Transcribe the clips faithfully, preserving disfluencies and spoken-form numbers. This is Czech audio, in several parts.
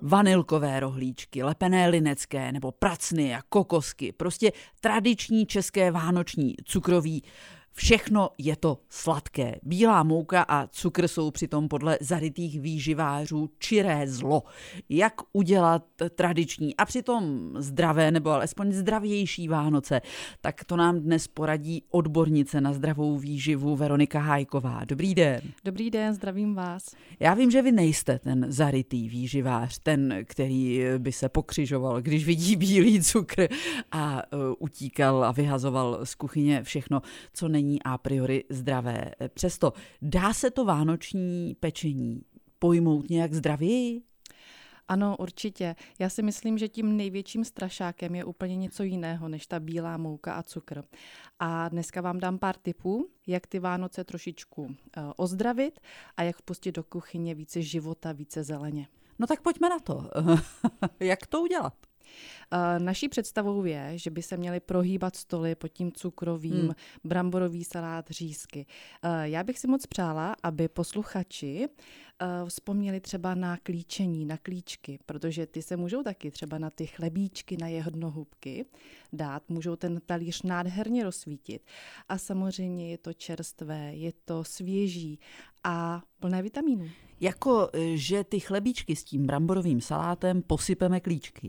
vanilkové rohlíčky, lepené linecké nebo pracny a kokosky. Prostě tradiční české vánoční cukroví. Všechno je to sladké. Bílá mouka a cukr jsou přitom podle zarytých výživářů čiré zlo. Jak udělat tradiční a přitom zdravé nebo alespoň zdravější Vánoce, tak to nám dnes poradí odbornice na zdravou výživu Veronika Hájková. Dobrý den. Dobrý den, zdravím vás. Já vím, že vy nejste ten zarytý výživář, ten, který by se pokřižoval, když vidí bílý cukr a utíkal a vyhazoval z kuchyně všechno, co není a priori zdravé. Přesto dá se to vánoční pečení pojmout nějak zdravěji? Ano, určitě. Já si myslím, že tím největším strašákem je úplně něco jiného, než ta bílá mouka a cukr. A dneska vám dám pár tipů, jak ty Vánoce trošičku uh, ozdravit a jak vpustit do kuchyně více života, více zeleně. No tak pojďme na to. Jak to udělat? Naší představou je, že by se měly prohýbat stoly pod tím cukrovým, hmm. bramborový salát, řízky. Já bych si moc přála, aby posluchači vzpomněli třeba na klíčení, na klíčky, protože ty se můžou taky třeba na ty chlebíčky, na jehnohubky dát, můžou ten talíř nádherně rozsvítit. A samozřejmě je to čerstvé, je to svěží a plné vitamínů. Jako, že ty chlebíčky s tím bramborovým salátem posypeme klíčky.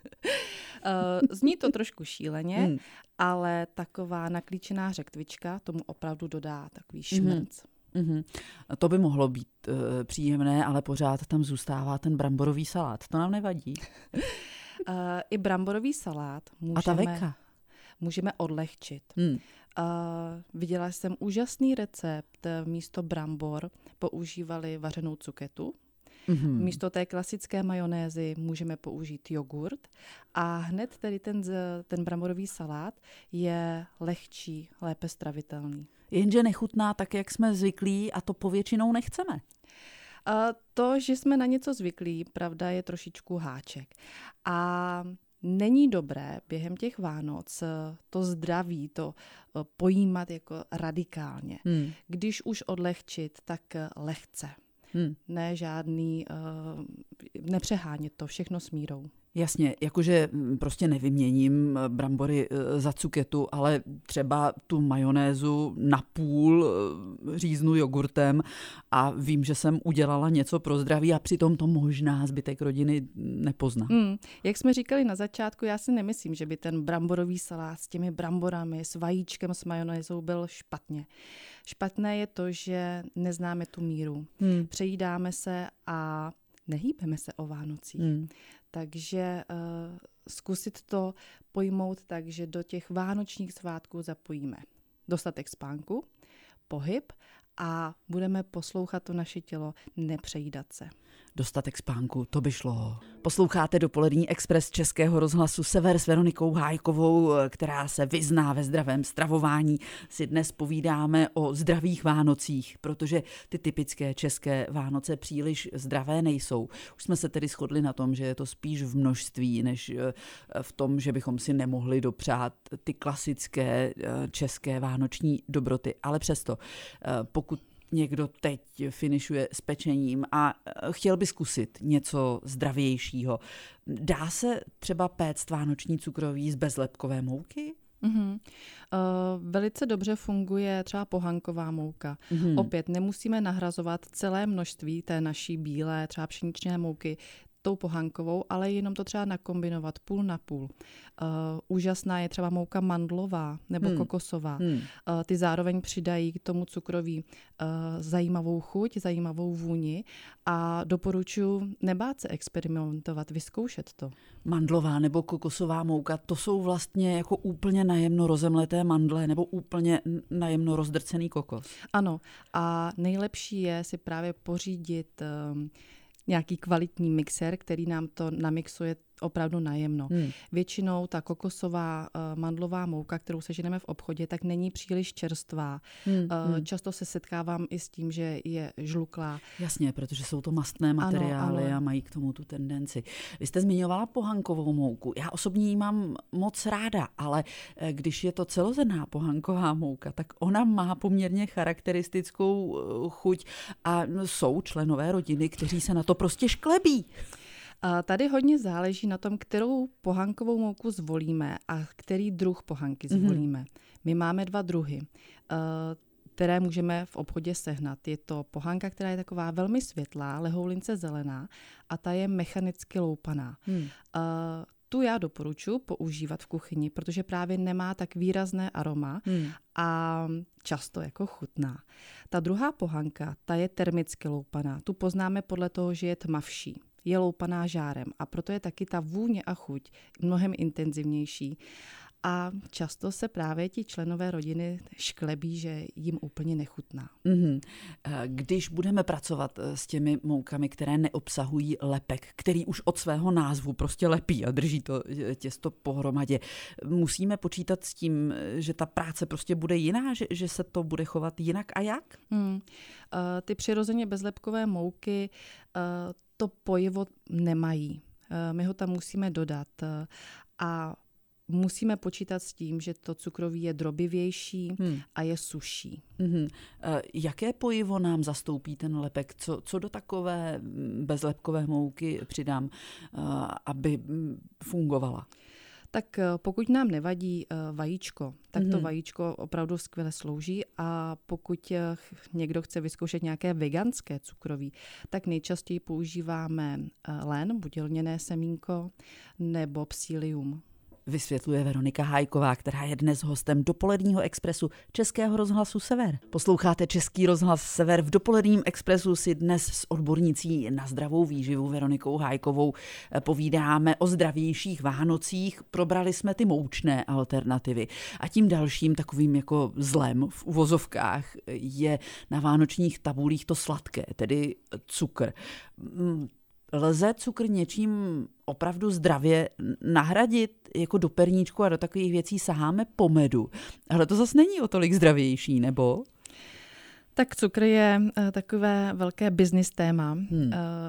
Zní to trošku šíleně, hmm. ale taková naklíčená řektvička tomu opravdu dodá takový šmrnc. Mm-hmm. To by mohlo být uh, příjemné, ale pořád tam zůstává ten bramborový salát. To nám nevadí. uh, I bramborový salát můžeme, a ta veka? můžeme odlehčit. Hmm. Uh, viděla jsem úžasný recept, místo brambor používali vařenou cuketu. Mm-hmm. Místo té klasické majonézy můžeme použít jogurt a hned tedy ten, ten bramborový salát je lehčí, lépe stravitelný. Jenže nechutná tak, jak jsme zvyklí a to povětšinou nechceme. A to, že jsme na něco zvyklí, pravda, je trošičku háček. A není dobré během těch Vánoc to zdraví, to pojímat jako radikálně. Hmm. Když už odlehčit, tak lehce. Hmm. Ne žádný, uh, nepřehánět to, všechno s mírou. Jasně, jakože prostě nevyměním brambory za cuketu, ale třeba tu majonézu na půl říznu jogurtem a vím, že jsem udělala něco pro zdraví a přitom to možná zbytek rodiny nepozná. Hmm. Jak jsme říkali na začátku, já si nemyslím, že by ten bramborový salát s těmi bramborami, s vajíčkem, s majonézou byl špatně. Špatné je to, že neznáme tu míru. Hmm. Přejídáme se a nehýbeme se o Vánocích. Hmm. Takže uh, zkusit to pojmout tak, že do těch vánočních svátků zapojíme dostatek spánku, pohyb a budeme poslouchat to naše tělo, nepřejídat se. Dostatek spánku, to by šlo. Posloucháte Dopolední Express Českého rozhlasu Sever s Veronikou Hájkovou, která se vyzná ve zdravém stravování. Si dnes povídáme o zdravých Vánocích, protože ty typické české Vánoce příliš zdravé nejsou. Už jsme se tedy shodli na tom, že je to spíš v množství, než v tom, že bychom si nemohli dopřát ty klasické české vánoční dobroty. Ale přesto, pokud někdo teď finišuje s pečením a chtěl by zkusit něco zdravějšího, dá se třeba péct vánoční cukroví z bezlepkové mouky? Mm-hmm. Uh, velice dobře funguje třeba pohanková mouka. Mm-hmm. Opět nemusíme nahrazovat celé množství té naší bílé, třeba pšeničné mouky tou pohankovou, ale jenom to třeba nakombinovat půl na půl. Uh, úžasná je třeba mouka mandlová nebo hmm. kokosová. Hmm. Uh, ty zároveň přidají k tomu cukroví uh, zajímavou chuť, zajímavou vůni a doporučuji nebát se experimentovat, vyzkoušet to. Mandlová nebo kokosová mouka, to jsou vlastně jako úplně najemno rozemleté mandle nebo úplně najemno rozdrcený kokos. Ano, a nejlepší je si právě pořídit um, nějaký kvalitní mixér, který nám to namixuje opravdu najemno. Hmm. Většinou ta kokosová uh, mandlová mouka, kterou seženeme v obchodě, tak není příliš čerstvá. Hmm. Uh, hmm. Často se setkávám i s tím, že je žluklá. Jasně, protože jsou to mastné materiály ano, ano. a mají k tomu tu tendenci. Vy jste zmiňovala pohankovou mouku. Já osobně ji mám moc ráda, ale když je to celozrnná pohanková mouka, tak ona má poměrně charakteristickou chuť a jsou členové rodiny, kteří se na to prostě šklebí. A tady hodně záleží na tom, kterou pohankovou mouku zvolíme a který druh pohanky zvolíme. Mm-hmm. My máme dva druhy, které můžeme v obchodě sehnat. Je to pohanka, která je taková velmi světlá, lehoulince zelená a ta je mechanicky loupaná. Hmm. Tu já doporučuji používat v kuchyni, protože právě nemá tak výrazné aroma hmm. a často jako chutná. Ta druhá pohanka, ta je termicky loupaná. Tu poznáme podle toho, že je tmavší. Je loupaná žárem a proto je taky ta vůně a chuť mnohem intenzivnější. A často se právě ti členové rodiny šklebí, že jim úplně nechutná. Mm-hmm. Když budeme pracovat s těmi moukami, které neobsahují lepek, který už od svého názvu prostě lepí a drží to těsto pohromadě, musíme počítat s tím, že ta práce prostě bude jiná, že, že se to bude chovat jinak a jak? Hmm. Uh, ty přirozeně bezlepkové mouky uh, to pojivo nemají. Uh, my ho tam musíme dodat uh, a musíme počítat s tím, že to cukroví je drobivější hmm. a je suší. Hmm. Jaké pojivo nám zastoupí ten lepek? Co, co do takové bezlepkové mouky přidám, aby fungovala? Tak pokud nám nevadí vajíčko, tak to vajíčko opravdu skvěle slouží a pokud někdo chce vyzkoušet nějaké veganské cukroví, tak nejčastěji používáme len, buď lněné semínko, nebo psílium. Vysvětluje Veronika Hájková, která je dnes hostem dopoledního expresu Českého rozhlasu Sever. Posloucháte Český rozhlas Sever. V dopoledním expresu si dnes s odbornicí na zdravou výživu Veronikou Hájkovou povídáme o zdravějších Vánocích. Probrali jsme ty moučné alternativy. A tím dalším takovým jako zlem v uvozovkách je na vánočních tabulích to sladké, tedy cukr. Lze cukr něčím opravdu zdravě nahradit? Jako do perníčku a do takových věcí saháme po medu. Ale to zase není o tolik zdravější, nebo? Tak cukr je uh, takové velké business téma. Hmm. Uh,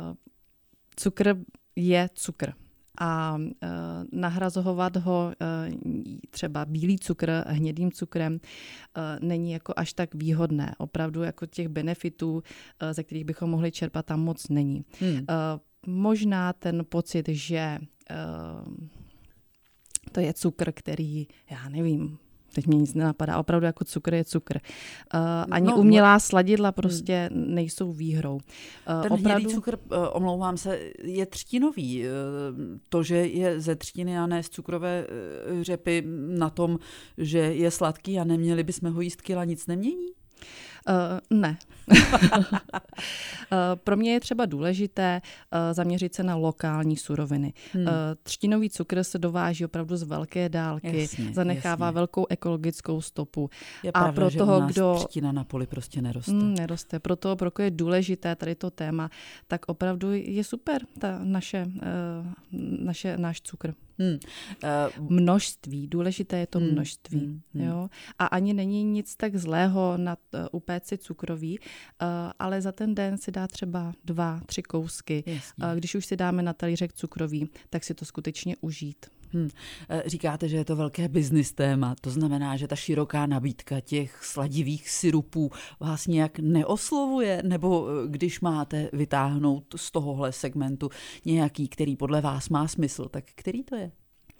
cukr je cukr. A uh, nahrazovat ho uh, třeba bílý cukr hnědým cukrem uh, není jako až tak výhodné. Opravdu jako těch benefitů, uh, ze kterých bychom mohli čerpat, tam moc není. Hmm. Uh, možná ten pocit, že uh, to je cukr, který, já nevím, teď mi nic nenapadá, opravdu jako cukr je cukr. Uh, ani no, umělá sladidla prostě hmm. nejsou výhrou. Uh, Ten opravdu... hnědý cukr, uh, omlouvám se, je třtinový. Uh, to, že je ze třtiny a ne z cukrové uh, řepy, na tom, že je sladký a neměli bychom ho jíst kila, nic nemění? Uh, ne. uh, pro mě je třeba důležité uh, zaměřit se na lokální suroviny. Hmm. Uh, třtinový cukr se dováží opravdu z velké dálky, jasně, zanechává jasně. velkou ekologickou stopu. Je a pravda, pro že toho, u nás kdo třtina na poli prostě neroste. Mm, neroste. Pro toho, pro koho je důležité tady to téma, tak opravdu je super ta naše, uh, naše náš cukr. Hmm. Uh, množství, důležité je to hmm. množství. Hmm. Jo? A ani není nic tak zlého na uh, upéct si cukroví, uh, ale za ten den si dá třeba dva, tři kousky. Uh, když už si dáme na talířek cukroví, tak si to skutečně užít. Hmm. Říkáte, že je to velké business téma, to znamená, že ta široká nabídka těch sladivých syrupů vás nějak neoslovuje, nebo když máte vytáhnout z tohohle segmentu nějaký, který podle vás má smysl, tak který to je?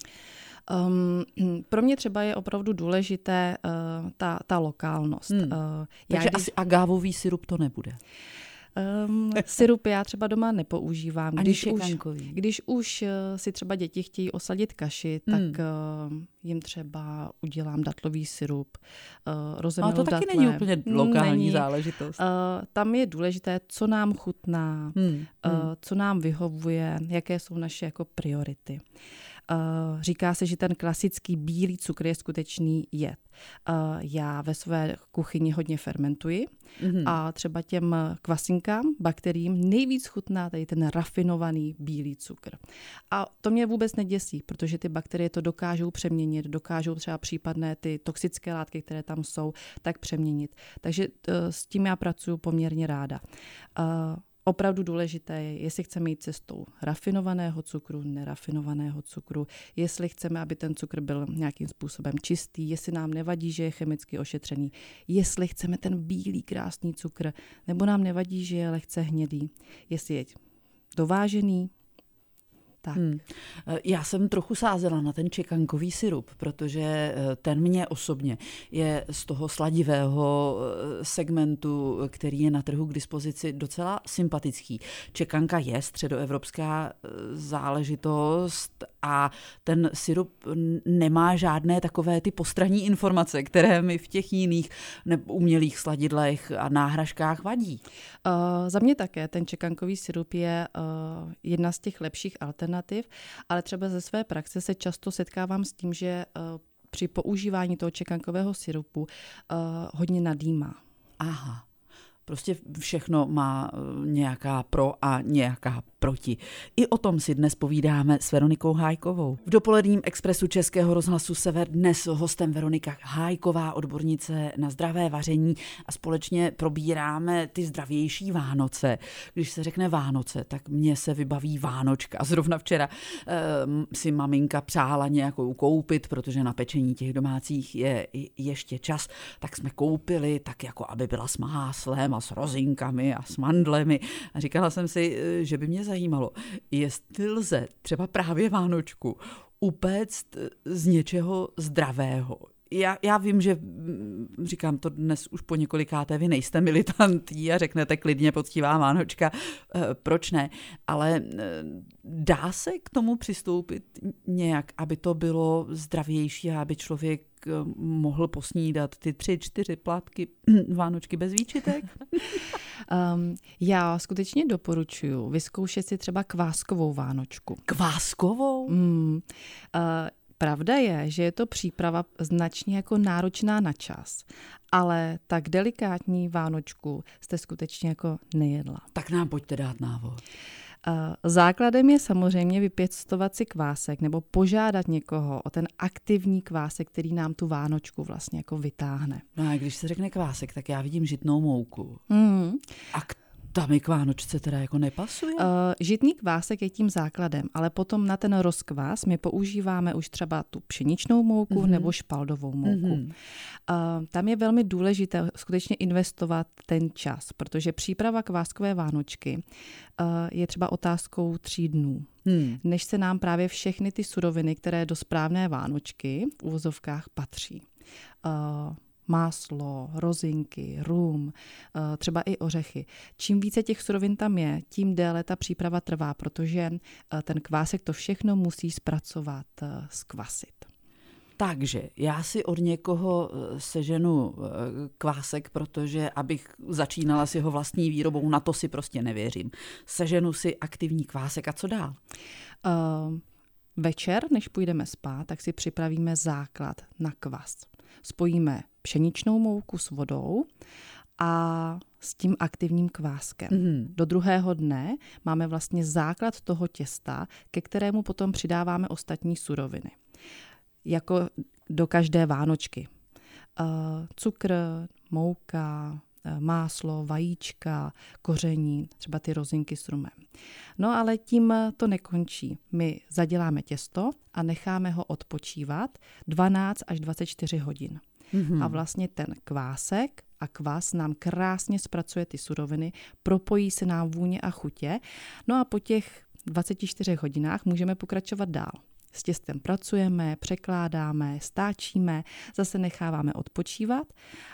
Um, pro mě třeba je opravdu důležité uh, ta, ta lokálnost. Hmm. Uh, Takže když... asi agávový syrup to nebude? Um, syrup já třeba doma nepoužívám. Když už, kankový. když už uh, si třeba děti chtějí osadit kaši, hmm. tak uh, jim třeba udělám datlový syrup, uh, rozemnou datle. Ale to taky není úplně lokální není. záležitost. Uh, tam je důležité, co nám chutná, hmm. Uh, co nám vyhovuje, jaké jsou naše jako priority. Uh, říká se, že ten klasický bílý cukr je skutečný jed. Uh, já ve své kuchyni hodně fermentuji mm-hmm. a třeba těm kvasinkám, bakteriím nejvíc chutná tady ten rafinovaný bílý cukr. A to mě vůbec neděsí, protože ty bakterie to dokážou přeměnit, dokážou třeba případné ty toxické látky, které tam jsou, tak přeměnit. Takže uh, s tím já pracuji poměrně ráda. Uh, Opravdu důležité je, jestli chceme jít cestou rafinovaného cukru, nerafinovaného cukru, jestli chceme, aby ten cukr byl nějakým způsobem čistý, jestli nám nevadí, že je chemicky ošetřený, jestli chceme ten bílý krásný cukr, nebo nám nevadí, že je lehce hnědý, jestli je dovážený, Tak. Hmm. Já jsem trochu sázela na ten čekankový sirup, protože ten mě osobně je z toho sladivého segmentu, který je na trhu k dispozici, docela sympatický. Čekanka je středoevropská záležitost a ten sirup nemá žádné takové ty postranní informace, které mi v těch jiných umělých sladidlech a náhražkách vadí. Uh, za mě také ten čekankový sirup je uh, jedna z těch lepších alternativ, ale třeba ze své praxe se často setkávám s tím, že uh, při používání toho čekankového sirupu uh, hodně nadýmá. Aha. Prostě všechno má nějaká pro a nějaká proti. I o tom si dnes povídáme s Veronikou Hájkovou. V dopoledním expresu Českého rozhlasu Sever dnes hostem Veronika Hájková, odbornice na zdravé vaření, a společně probíráme ty zdravější Vánoce. Když se řekne Vánoce, tak mně se vybaví Vánočka. Zrovna včera eh, si maminka přála nějakou koupit, protože na pečení těch domácích je ještě čas, tak jsme koupili tak jako aby byla s máslem a s rozinkami a s mandlemi. A říkala jsem si, že by mě zajímalo, jestli lze třeba právě Vánočku upéct z něčeho zdravého. Já, já vím, že říkám to dnes už po několikáté, vy nejste militantí a řeknete klidně poctivá Vánočka, proč ne, ale dá se k tomu přistoupit nějak, aby to bylo zdravější a aby člověk mohl posnídat ty tři, čtyři plátky Vánočky bez výčitek? um, já skutečně doporučuji vyzkoušet si třeba kváskovou Vánočku. Kváskovou? Mm, uh, Pravda je, že je to příprava značně jako náročná na čas, ale tak delikátní Vánočku jste skutečně jako nejedla. Tak nám pojďte dát návod. Základem je samozřejmě vypěstovat si kvásek nebo požádat někoho o ten aktivní kvásek, který nám tu Vánočku vlastně jako vytáhne. No a když se řekne kvásek, tak já vidím žitnou mouku. Mm. A ta mi k Vánočce teda jako nepasuje? Uh, žitný kvásek je tím základem, ale potom na ten rozkvás my používáme už třeba tu pšeničnou mouku mm-hmm. nebo špaldovou mouku. Mm-hmm. Uh, tam je velmi důležité skutečně investovat ten čas, protože příprava kváskové Vánočky uh, je třeba otázkou tří dnů. Hmm. Než se nám právě všechny ty suroviny, které do správné Vánočky v uvozovkách patří. Uh, Máslo, rozinky, rum, třeba i ořechy. Čím více těch surovin tam je, tím déle ta příprava trvá, protože ten kvásek to všechno musí zpracovat, zkvasit. Takže já si od někoho seženu kvásek, protože abych začínala s jeho vlastní výrobou, na to si prostě nevěřím. Seženu si aktivní kvásek a co dál? Uh, večer, než půjdeme spát, tak si připravíme základ na kvas. Spojíme pšeničnou mouku s vodou a s tím aktivním kváskem. Mm. Do druhého dne máme vlastně základ toho těsta, ke kterému potom přidáváme ostatní suroviny. Jako do každé Vánočky. Uh, cukr, mouka, máslo, vajíčka, koření, třeba ty rozinky s rumem. No ale tím to nekončí. My zaděláme těsto a necháme ho odpočívat dvanáct až dvacet čtyři hodin. Mm-hmm. A vlastně ten kvásek a kvas nám krásně zpracuje ty suroviny, propojí se nám vůně a chutě. No a po těch dvaceti čtyřech hodinách můžeme pokračovat dál. S těstem pracujeme, překládáme, stáčíme, zase necháváme odpočívat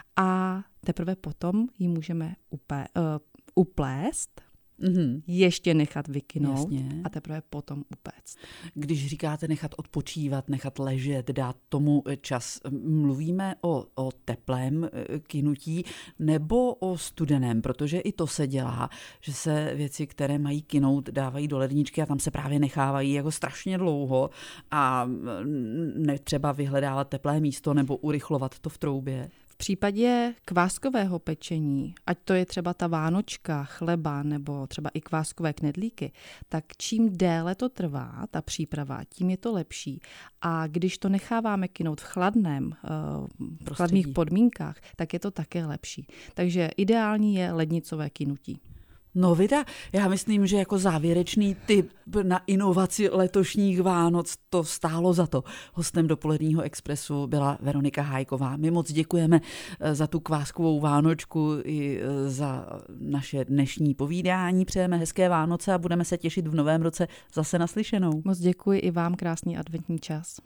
a teprve potom ji můžeme upé, uh, uplést, mm-hmm. ještě nechat vykynout. Jasně. A teprve potom upéct. Když říkáte nechat odpočívat, nechat ležet, dát tomu čas, mluvíme o, o teplém kynutí nebo o studeném, protože i to se dělá, že se věci, které mají kynout, dávají do ledničky a tam se právě nechávají jako strašně dlouho a netřeba vyhledávat teplé místo nebo urychlovat to v troubě. V případě kváskového pečení, ať to je třeba ta Vánočka, chleba nebo třeba i kváskové knedlíky, tak čím déle to trvá, ta příprava, tím je to lepší. A když to necháváme kynout v chladném, v chladných podmínkách, tak je to také lepší. Takže ideální je lednicové kynutí. No vida, já myslím, že jako závěrečný tip na inovaci letošních Vánoc to stálo za to. Hostem Dopoledního expresu byla Veronika Hájková. My moc děkujeme za tu kváskovou vánočku i za naše dnešní povídání. Přejeme hezké Vánoce a budeme se těšit v novém roce zase naslyšenou. Moc děkuji i vám, krásný adventní čas.